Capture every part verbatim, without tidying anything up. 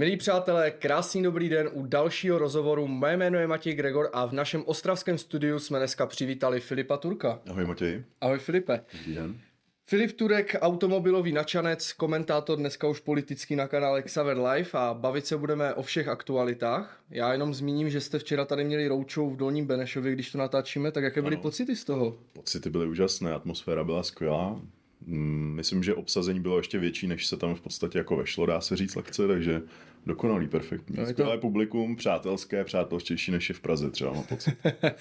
Milí přátelé, krásný dobrý den u dalšího rozhovoru. Moje jméno je Matěj Gregor a v našem ostravském studiu jsme dneska přivítali Filipa Turka. Ahoj Matěj. Ahoj Filipe. Dobrý den. Filip Turek, automobilový nadšanec, komentátor dneska už politický na kanále Xaver Live a bavit se budeme o všech aktualitách. Já jenom zmíním, že jste včera tady měli roadshow v Dolním Benešově, když to natáčíme, tak jaké byly Ano. pocity z toho? Pocity byly úžasné, atmosféra byla skvělá. Myslím, že obsazení bylo ještě větší, než se tam v podstatě jako vešlo, dá se říct lekce, takže dokonalý, perfektní. No, skvělé to... publikum, přátelské, přátelštější než je v Praze třeba, mám pocit.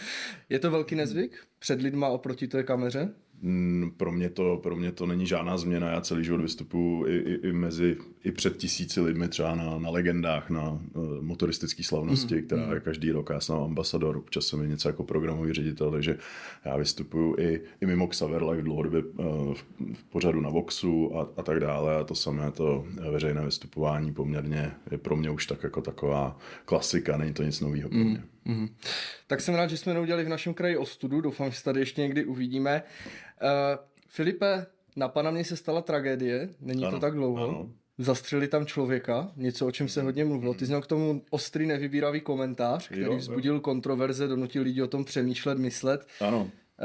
Je to velký nezvyk před lidma oproti té kameře? Mm, pro mě to, pro mě to není žádná změna, já celý život vystupuji i, i, i mezi, i před tisíci lidmi třeba na, na legendách, na uh, motoristické slavnosti, mm, která mm. je každý rok, já jsem ambasador, občas jsem něco jako programový ředitel, takže já vystupuju i, i mimo Xaver Live dlouhodobě uh, v, v pořadu na Voxu a, a tak dále a to samé to veřejné vystupování poměrně je pro mě už tak jako taková klasika, není to nic nového pro mě. Mm. Mm. Tak jsem rád, že jsme neudělali v našem kraji ostudu, doufám, že se tady ještě někdy uvidíme. Uh, Filipe, na Panamě se stala tragédie, není ano, to tak dlouho. Ano. Zastřelili tam člověka, něco, o čem se hodně mluvilo. Ty jsi měl k tomu ostrý, nevybíravý komentář, který jo, vzbudil jo. kontroverze, donutil lidi o tom přemýšlet, myslet. Ano.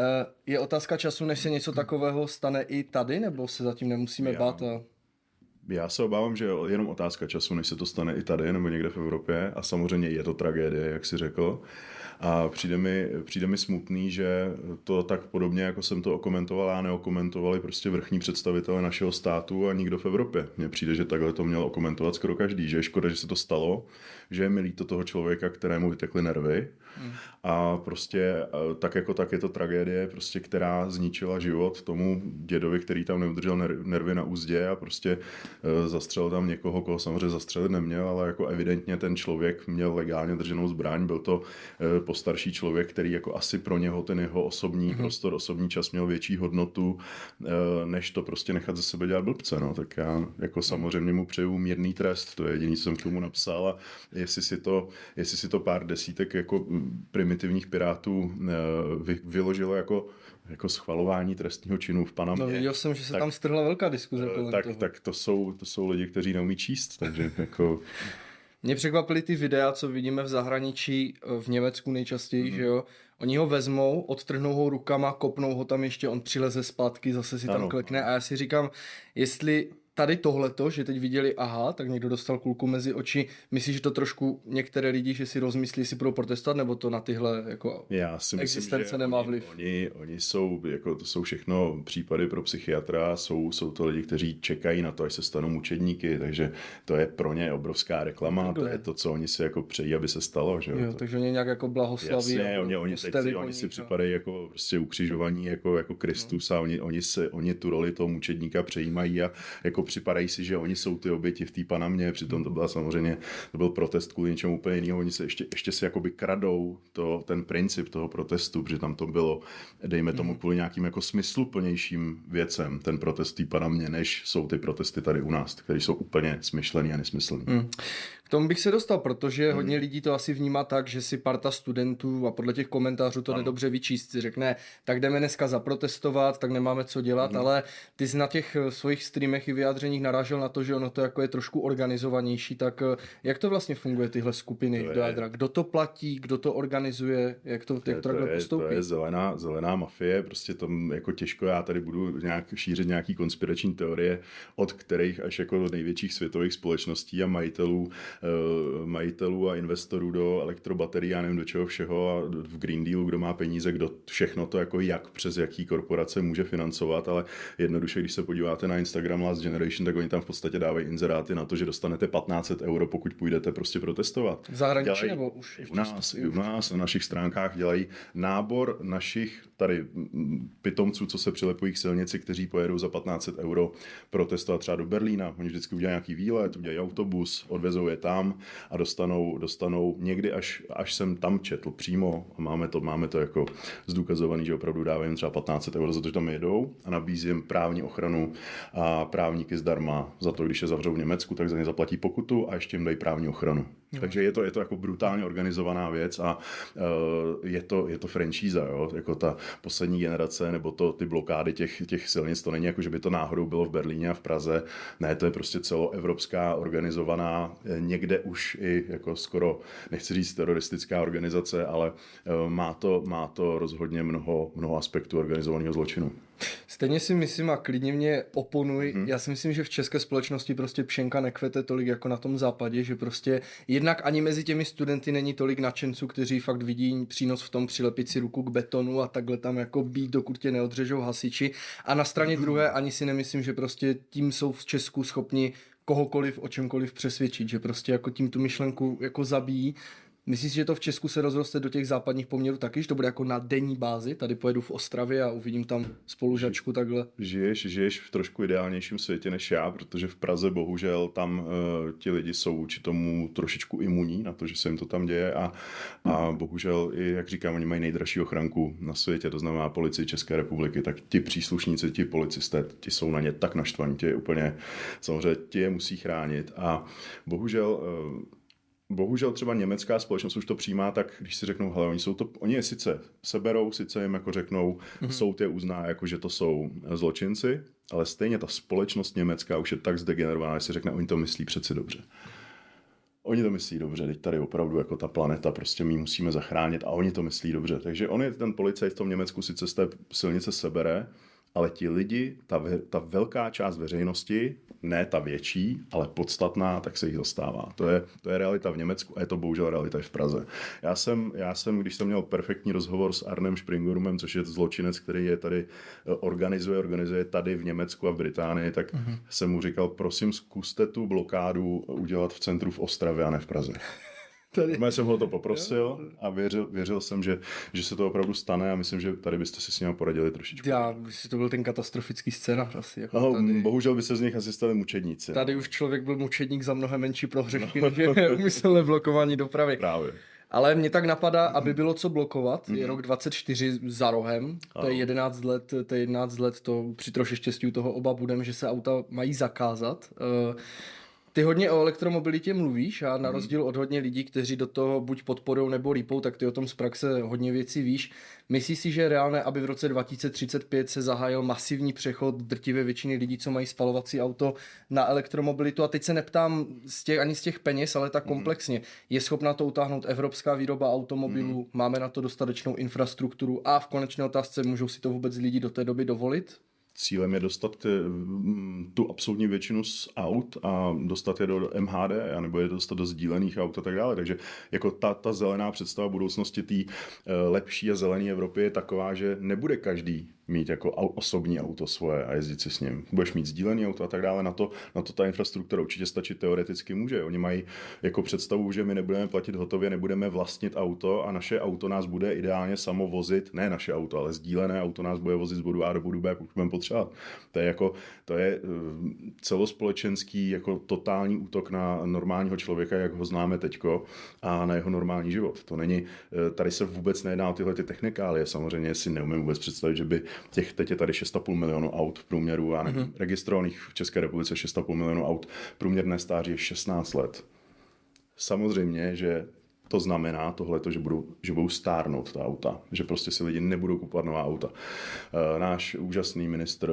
Je otázka času, než se něco takového stane i tady, nebo se zatím nemusíme Já. bát? A... Já se obávám, že je jenom otázka času, než se to stane i tady nebo někde v Evropě a samozřejmě je to tragédie, jak jsi řekl. A přijde mi, přijde mi smutný, že to tak podobně, jako jsem to okomentoval a neokomentovali prostě vrchní představitelé našeho státu a nikdo v Evropě. Mně přijde, že takhle to měl okomentovat skoro každý, že je škoda, že se to stalo, že je mi líto toho člověka, kterému vytekly nervy hmm. a prostě tak jako tak je to tragédie, prostě, která zničila život tomu dědovi, který tam neudržel nervy na úzdě a prostě zastřelil tam někoho, koho samozřejmě zastřelit neměl, ale jako evidentně ten člověk měl legálně drženou zbraň, byl to postarší člověk, který jako asi pro něho ten jeho osobní mm-hmm. prostor, osobní čas měl větší hodnotu, než to prostě nechat ze sebe dělat blbce, no. Tak já jako samozřejmě mu přeju mírný trest, to je jediný, co jsem k tomu napsal a jestli si to, jestli si to pár desítek jako primitivních pirátů vy, vyložilo jako, jako schvalování trestního činu v Panamě. No viděl jsem, že se tak, tam strhla velká diskuze kolem tak, toho. Tak to jsou, to jsou lidi, kteří neumí číst, takže jako... Mě překvapily ty videa, co vidíme v zahraničí, v Německu nejčastěji, mm. že jo. Oni ho vezmou, odtrhnou ho rukama, kopnou ho tam ještě, on přileze zpátky, zase si ano. tam klekne a já si říkám, jestli tady tohleto, že teď viděli, aha, tak někdo dostal kulku mezi oči, myslíš, že to trošku některé lidi, že si rozmyslí, jestli budou protestovat, nebo to na tyhle jako já si myslím, existence nemá oni, vliv? Oni, oni jsou, jako to jsou všechno případy pro psychiatra, jsou, jsou to lidi, kteří čekají na to, až se stanou mučedníky, takže to je pro ně obrovská reklama, to je to, co oni si jako přejí, aby se stalo. Že? Jo, to... takže oni nějak jako blahoslaví. Jasně, oni, oni, teď si, oni si připadají jako prostě ukřižovaní jako, jako Kristus no. a oni, oni, se, oni tu roli toho mučedníka přejímají a jako připadají si, že oni jsou ty oběti v té Panamě, přitom to byla samozřejmě, to byl protest kvůli něčemu úplně jiného, oni se ještě, ještě si jakoby kradou to, ten princip toho protestu, protože tam to bylo, dejme tomu, kvůli nějakým jako smysluplnějším věcem, ten protest v té Panamě, než jsou ty protesty tady u nás, které jsou úplně smyšlený a nesmyslný. Hmm. K tomu bych se dostal, protože hmm. hodně lidí to asi vnímá tak, že si parta studentů a podle těch komentářů to nedobře vyčíst, si řekne, tak jdeme dneska zaprotestovat, tak nemáme co dělat, hmm. ale ty jsi na těch svých streamech i vyjádřeních narážel na to, že ono to jako je trošku organizovanější, tak jak to vlastně funguje tyhle skupiny to do jádra? Kdo to platí, kdo to organizuje, jak to, jak to, to, je, postoupí? To je zelená, zelená mafie, prostě tam jako těžko já tady budu nějak šířit nějaký konspirační teorie, od kterých až jako do největších světových společností a majitelů majitelů a investorů do elektrobaterií a nevím do čeho všeho a v Green Dealu, kdo má peníze, kdo všechno to jako jak přes jaký korporace může financovat, ale jednoduše, když se podíváte na Instagram Last Generation, tak oni tam v podstatě dávají inzeráty na to, že dostanete patnáct set euro, pokud půjdete prostě protestovat. V zahraničí dělají, nebo už? U nás, i u nás na našich stránkách dělají nábor našich tady pitomců, co se přilepují k silnici, kteří pojedou za patnáct set euro protestovat třeba do Berlína. Oni vždycky udělají nějaký výlet, udělají autobus, odvezou je tam a dostanou, dostanou někdy až, až jsem tam četl přímo a máme to, máme to jako zdůkazovaný, že opravdu dávají třeba patnáct set euro za to, že tam jedou a nabízí jim právní ochranu a právníky zdarma za to, když je zavřou v Německu, tak za ně zaplatí pokutu a ještě jim dají právní ochranu. No. Takže je to, je to jako brutálně organizovaná věc a uh, je to, je to franšíza, jo? Jako ta poslední generace, nebo to, ty blokády těch, těch silnic, to není jako, že by to náhodou bylo v Berlíně a v Praze, ne, to je prostě celoevropská organizovaná, někde už i jako skoro, nechci říct teroristická organizace, ale uh, má to, má to rozhodně mnoho, mnoho aspektů organizovaného zločinu. Stejně si myslím, a klidně mě oponuj, hmm. já si myslím, že v české společnosti prostě pšenka nekvete tolik jako na tom západě, že prostě jednak ani mezi těmi studenty není tolik nadšenců, kteří fakt vidí přínos v tom přilepit si ruku k betonu a takhle tam jako být, dokud tě neodřežou hasiči. A na straně druhé ani si nemyslím, že prostě tím jsou v Česku schopni kohokoliv o čemkoliv přesvědčit, že prostě jako tím tu myšlenku jako zabíjí. Myslíš, že to v Česku se rozroste do těch západních poměrů taky, že to bude jako na denní bázi? Tady pojedu v Ostravě a uvidím tam spolužačku takhle. Žiješ, žiješ v trošku ideálnějším světě než já, protože v Praze bohužel tam uh, ti lidi jsou vůči tomu trošičku imunní na to, že se jim to tam děje a, a bohužel i, jak říkám, oni mají nejdražší ochranku na světě, to znamená policii České republiky, tak ti příslušníci, ti policisté, ti jsou na ně tak naštvaní, ti je úplně, samozřejmě ti je musí chránit a bohužel uh, Bohužel třeba německá společnost už to přijímá tak, když si řeknou, hele, oni jsou to, oni je sice seberou, sice jim jako řeknou, mm-hmm. soud je uzná, jako že to jsou zločinci, ale stejně ta společnost německá už je tak zdegenerovaná, že si řekne, oni to myslí přeci dobře. Oni to myslí dobře, teď tady opravdu jako ta planeta, prostě my musíme zachránit a oni to myslí dobře. Takže on je ten policajt v tom Německu sice z té silnice sebere, ale ti lidi, ta, ta velká část veřejnosti, ne ta větší, ale podstatná, tak se jich zastává. To je, to je realita v Německu a je to bohužel realita i v Praze. Já jsem, já jsem, když jsem měl perfektní rozhovor s Arnem Springurmem, což je zločinec, který je tady organizuje, organizuje tady v Německu a v Británii, tak mm-hmm. jsem mu říkal, prosím, zkuste tu blokádu udělat v centru v Ostravě a ne v Praze. Tady. Já jsem ho to poprosil a věřil, věřil jsem, že, že se to opravdu stane a myslím, že tady byste si s ním poradili trošičku. Já, si to byl ten katastrofický scénář asi. Jako no, tady. Bohužel by se z nich asi stali mučedníci. Tady no. Už člověk byl mučedník za mnohem menší prohřešky, no. Než je úmyslné blokování dopravy. Právě. Ale mě tak napadá, aby bylo co blokovat, je rok dvacet čtyři za rohem, to je jedenáct let, to je jedenáct let, to při troši štěstí u toho oba budeme, že se auta mají zakázat. Ty hodně o elektromobilitě mluvíš a na rozdíl od hodně lidí, kteří do toho buď podporou nebo lípou, tak ty o tom z praxe hodně věcí víš. Myslíš si, že je reálné, aby v roce dva tisíce třicet pět se zahájil masivní přechod drtivé většiny lidí, co mají spalovací auto, na elektromobilitu? A teď se neptám z těch, ani z těch peněz, ale tak komplexně. Je schopná to utáhnout evropská výroba automobilů? Mm. Máme na to dostatečnou infrastrukturu? A v konečné otázce, můžou si to vůbec lidi do té doby dovolit? Cílem je dostat ty, tu absolutní většinu z aut a dostat je do M H D, nebo je dostat do sdílených aut a tak dále. Takže jako ta, ta zelená představa budoucnosti té lepší a zelené Evropy je taková, že nebude každý mít jako osobní auto svoje a jezdit si s ním. Budeš mít sdílený auto a tak dále. Na to, na to ta infrastruktura určitě stačit teoreticky může. Oni mají jako představu, že my nebudeme platit hotově, nebudeme vlastnit auto a naše auto nás bude ideálně samo vozit, ne naše auto, ale sdílené auto nás bude vozit z bodu A do bodu B, pokud budeme potřebovat. To je jako, to je celospolečenský jako totální útok na normálního člověka, jak ho známe teďko, a na jeho normální život. To není, tady se vůbec nejedná o tyhle ty technikálie. Samozřejmě si neumím vůbec představit, že by těch, teď je tady šest a půl milionu aut v průměru a mm-hmm. registrovaných v České republice šest a půl milionu aut. Průměrné stáří je šestnáct let. Samozřejmě, že to znamená tohleto, že budou, že budou stárnout ta auta, že prostě si lidi nebudou kupovat nová auta. E, náš úžasný ministr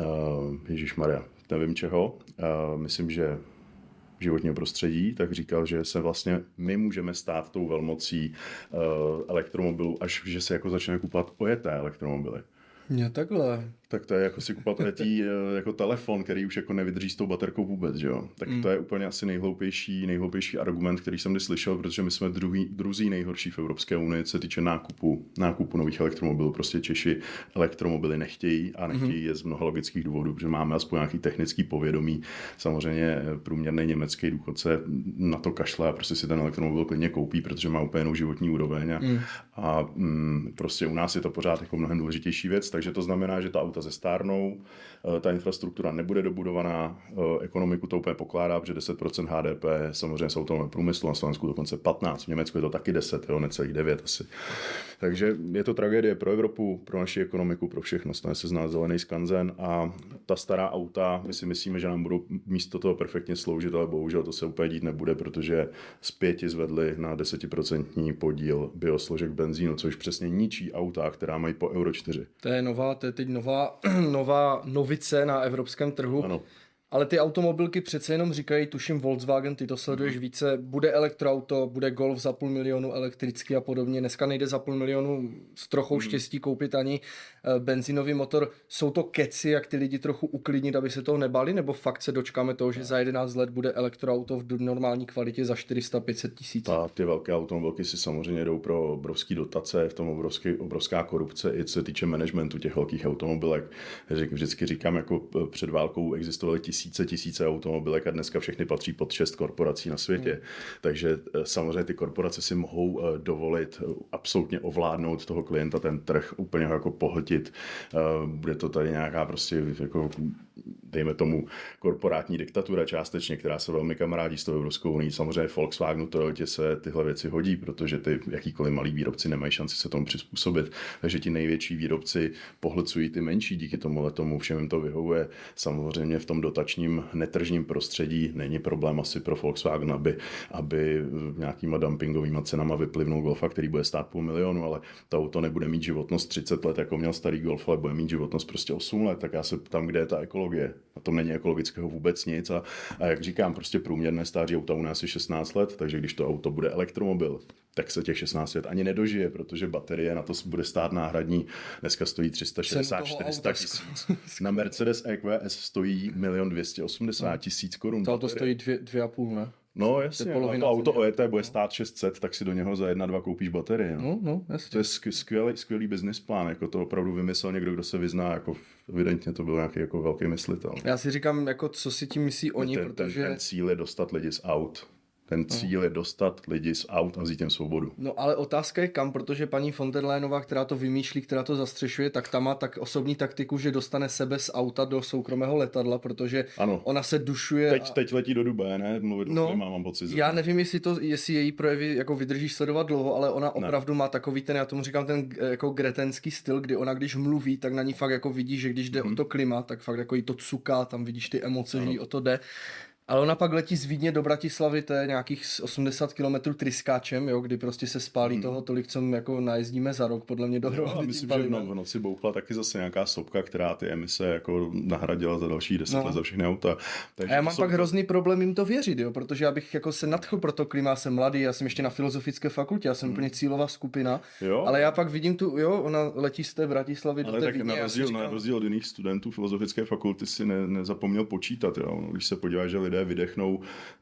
e, Ježišmarja, nevím čeho, e, myslím, že životního prostředí, tak říkal, že se vlastně my můžeme stát tou velmocí e, elektromobilů, až že se jako začne kupovat ojeté elektromobily. Jo, takhle. Tak to je jako si kupovat letí jako telefon, který už jako nevydrží s tou baterkou vůbec, že jo. Tak mm. to je úplně asi nejhloupější, nejhloupější argument, který jsem kdy slyšel, protože my jsme druhý, druzí nejhorší v Evropské unii, co se týče nákupu, nákupu nových elektromobilů. Prostě Češi elektromobily nechtějí a nechtějí mm. je z mnoha logických důvodů, protože máme aspoň nějaký technický povědomí. Samozřejmě průměrný německý důchodce na to kašle a prostě si ten elektromobil klidně koupí, protože má úplně jinou životní úroveň a, mm. a mm, prostě u nás je to pořád jako mnohem důležitější věc, takže to znamená, že ta auta zestárnou, ta infrastruktura nebude dobudovaná, ekonomiku to úplně pokládá, protože deset procent H D P samozřejmě z automobilového průmyslu, na Slovensku dokonce patnáct, v Německu je to taky deset, jo, necelých devět asi. Takže je to tragédie pro Evropu, pro naši ekonomiku, pro všechno. Stane se z nás zelený skanzen a ta stará auta, my si myslíme, že nám budou místo toho perfektně sloužit, ale bohužel to se úplně dít nebude, protože z pěti zvedli na desetiprocentní podíl biosložek benzínu, což přesně ničí auta, která mají po euro čtyři. To je nová, to je teď nová, nová novice na evropském trhu. Ano. Ale ty automobilky přece jenom říkají, tuším Volkswagen, ty to sleduješ více, bude elektroauto, bude Golf za půl milionu elektrický a podobně. Dneska nejde za půl milionu s trochou štěstí koupit ani benzínový motor. Jsou to keci, jak ty lidi trochu uklidnit, aby se toho nebali, nebo fakt se dočkáme toho, že za jedenáct let bude elektroauto v normální kvalitě za čtyři sta pět set tisíc? A ty velké automobilky si samozřejmě jdou pro obrovský dotace, v tom obrovský, obrovská korupce, i co se týče managementu těch velkých automobilek. Vždycky říkám, jako před válkou existovaly tisíce tisíce, tisíce automobilek a dneska všechny patří pod šest korporací na světě. Hmm. Takže samozřejmě ty korporace si mohou dovolit absolutně ovládnout toho klienta, ten trh, úplně ho jako pohltit. Bude to tady nějaká prostě jako, dejme tomu, korporátní diktatura částečně, která se velmi kamarádí s tou Evropskou unii. Samozřejmě Volkswagenu, Toyotě se tyhle věci hodí, protože ty jakýkoliv malí výrobci nemají šanci se tomu přizpůsobit. Takže ti největší výrobci pohlcují ty menší, díky tomu tomu všem jim to vyhovuje. Samozřejmě v tom dotačním netržním prostředí není problém asi pro Volkswagen, aby, aby nějakýma dumpingovýma cenama vyplivnul Golfa, který bude stát půl milionu, ale to auto nebude mít životnost třicet let, jako měl starý Golf, ale bude mít životnost prostě osm let. Tak já se ptám, kde je ta ekologie. Na tom není ekologického vůbec nic a, a jak říkám, prostě průměrné stáří auta u nás je šestnáct let, takže když to auto bude elektromobil, tak se těch šestnáct let ani nedožije, protože baterie na to bude stát náhradní. Dneska stojí tři sta šedesát čtyři sta tisíc. Na Mercedes E Q S stojí milion dvě stě osmdesát tisíc korun. To auto stojí dvě, dvě a půl, ne? No jasně, a to auto O E T bude stát šest set, tak si do něho za jedna, dva koupíš baterie. No, no, no jasně. To je skvělý, skvělý business plán, jako to opravdu vymyslel někdo, kdo se vyzná, jako evidentně to byl nějaký jako velký myslitel. Já si říkám, jako co si tím myslí oni, ten, protože... Ten, ten cíl je dostat lidi z aut. Ten cíl no. je dostat lidi z aut a vzít jim svobodu. No ale otázka je kam, protože paní von der Leyenová, která to vymýšlí, která to zastřešuje, tak ta má tak osobní taktiku, že dostane sebe z auta do soukromého letadla, protože ano. ona se dušuje. Teď, a... teď letí do Dubaje, ne? Mluvit no, o mám pocit. Já nevím, jestli, to, jestli její projevy jako vydržíš sledovat dlouho, ale ona opravdu ne. má takový ten, já tomu říkám, ten jako gretenský styl, kdy ona když mluví, tak na ní fakt jako vidí, že když jde hmm. o to klima, tak fakt jako jí to cuká, tam vidíš ty emoce, ano. že jí o to jde. Ale ona pak letí z Vídně do Bratislavy, to je nějakých osmdesát kilometrů tryskáčem, jo, kdy prostě se spálí hmm. toho tolik, co jako najezdíme za rok, podle mě dohromady. No, myslím, že v noci bouchla taky zase nějaká sopka, která ty emise jako nahradila za další deset no. let za všechny auta. Takže a já mám pak to... hrozný problém jim to věřit, jo, protože já bych jako se nadchl pro to klima, jsem mladý, já jsem ještě na filozofické fakultě, já jsem hmm. úplně cílová skupina, jo. ale já pak vidím tu, jo, ona letí z té Bratislavy do té Vídně. Ale tak na rozdíl, říkám... na rozdíl od jiných studentů filozofické fakulty si ne, nezapomněl počítat, jo. Když se podíváš, že lidé vydechnou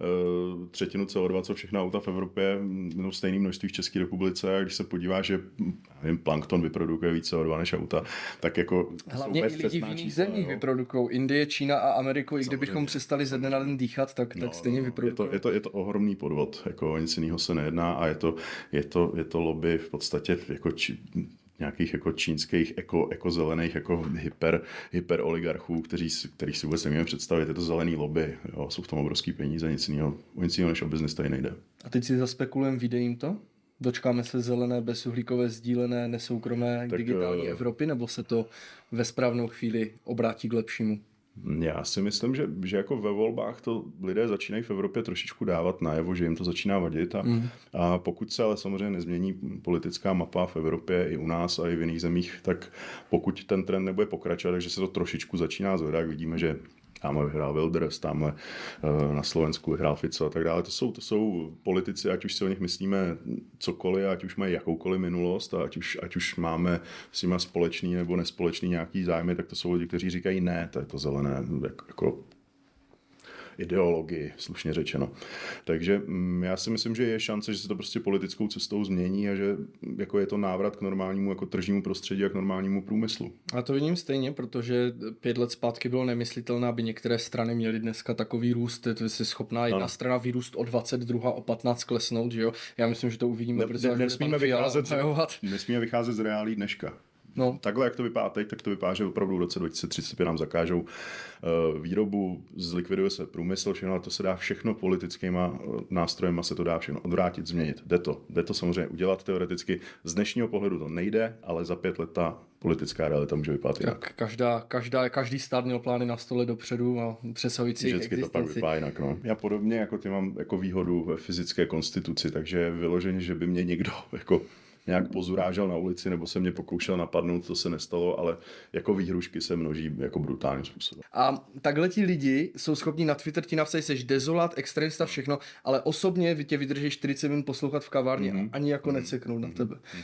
uh, třetinu C O dva, co všechna auta v Evropě, no stejné množství v České republice, a když se podívá, že nevím, plankton vyprodukuje více C O dva než auta, tak jako... Hlavně i lidi v jiných zemích vyprodukují. Indie, Čína a Ameriku, i kdybychom přestali ze dne na den dýchat, tak, no, tak stejně vyprodukují. Je to, je, to, je to ohromný podvod, jako nic jiného se nejedná a je to, je to, je to lobby v podstatě jako či, nějakých jako čínských eko, ekozelených jako hyper, hyper oligarchů, kteří, kterých si vůbec nemůžeme představit. Je to zelený lobby, jo, jsou v tom obrovský peníze, nic jiného, nic jiného než o biznis tady nejde. A teď si zaspekulujeme, vyjde jim to? Dočkáme se zelené, bezuhlíkové, sdílené, nesoukromé tak, digitální uh, Evropy, nebo se to ve správnou chvíli obrátí k lepšímu? Já si myslím, že, že jako ve volbách to lidé začínají v Evropě trošičku dávat najevo, že jim to začíná vadit a, mm. a pokud se ale samozřejmě nezmění politická mapa v Evropě i u nás a i v jiných zemích, tak pokud ten trend nebude pokračovat, takže se to trošičku začíná zvedat, vidíme, že tamhle vyhrál Wilders, tamhle na Slovensku vyhrál Fico a tak dále. To jsou, to jsou politici, ať už si o nich myslíme cokoliv, ať už mají jakoukoliv minulost a ať už, ať už máme s nimi společný nebo nespolečný nějaký zájmy, tak to jsou lidi, kteří říkají ne, to je to zelené, jako ideologii, slušně řečeno. Takže já si myslím, že je šance, že se to prostě politickou cestou změní a že jako je to návrat k normálnímu jako tržnímu prostředí a k normálnímu průmyslu. A to vidím stejně, protože pět let zpátky bylo nemyslitelné, aby některé strany měly dneska takový růst, to je schopná jedna ano. strana vyrůst o dvacet, druhá o patnáct klesnout, že jo? Já myslím, že to uvidíme, ne, protože ne, nesmíme, vycházet z, nesmíme vycházet z reálí dneška. No. Takhle, jak to vypadá teď, tak to vypadá, že opravdu v roce dva tisíce třicet pět nám zakážou uh, výrobu, zlikviduje se průmysl, všechno, ale to se dá všechno politickýma uh, nástrojema, se to dá všechno odvrátit, změnit. Jde to. Jde to samozřejmě udělat teoreticky. Z dnešního pohledu to nejde, ale za pět let ta politická realita může vypadat jinak. Tak každá, každá, každý stát měl plány na stole dopředu a přesahující Vždycky to pak vypadá jinak. No. Já podobně jako ty mám jako výhodu ve fyzické konstituci, takže vyloženě, že by mě někdo jako nějak pozurážel na ulici nebo se mě pokoušel napadnout, to se nestalo, ale jako výhrušky se množí jako brutálním způsobem. A takhle ti lidi jsou schopni na Twitter ti napsat, jsi dezolat, extremista, všechno, ale osobně tě vydrží čtyřicet minut poslouchat v kavárně mm-hmm. a ani jako mm-hmm. neceknout na tebe.